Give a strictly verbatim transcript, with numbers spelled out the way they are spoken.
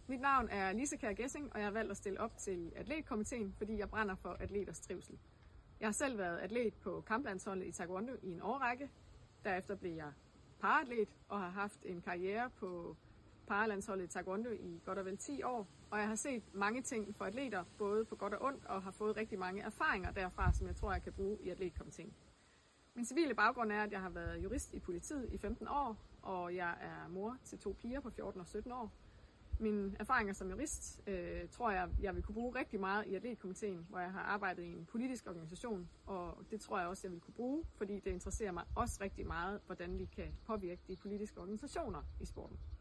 Mit navn er Lise Kjær Gessing, og jeg har valgt at stille op til atletkomiteen, fordi jeg brænder for atleters trivsel. Jeg har selv været atlet på kamplandsholdet i taekwondo i en årrække. Derefter blev jeg paraatlet og har haft en karriere på paralandsholdet i taekwondo i godt og vel ti år. Og jeg har set mange ting for atleter, både på godt og ondt, og har fået rigtig mange erfaringer derfra, som jeg tror, jeg kan bruge i atletkomiteen. Min civile baggrund er, at jeg har været jurist i politiet i femten år, og jeg er mor til to piger på fjorten og sytten år. Mine erfaringer som jurist øh, tror jeg, jeg vil kunne bruge rigtig meget i atletkomiteen, hvor jeg har arbejdet i en politisk organisation, og det tror jeg også, jeg vil kunne bruge, fordi det interesserer mig også rigtig meget, hvordan vi kan påvirke de politiske organisationer i sporten.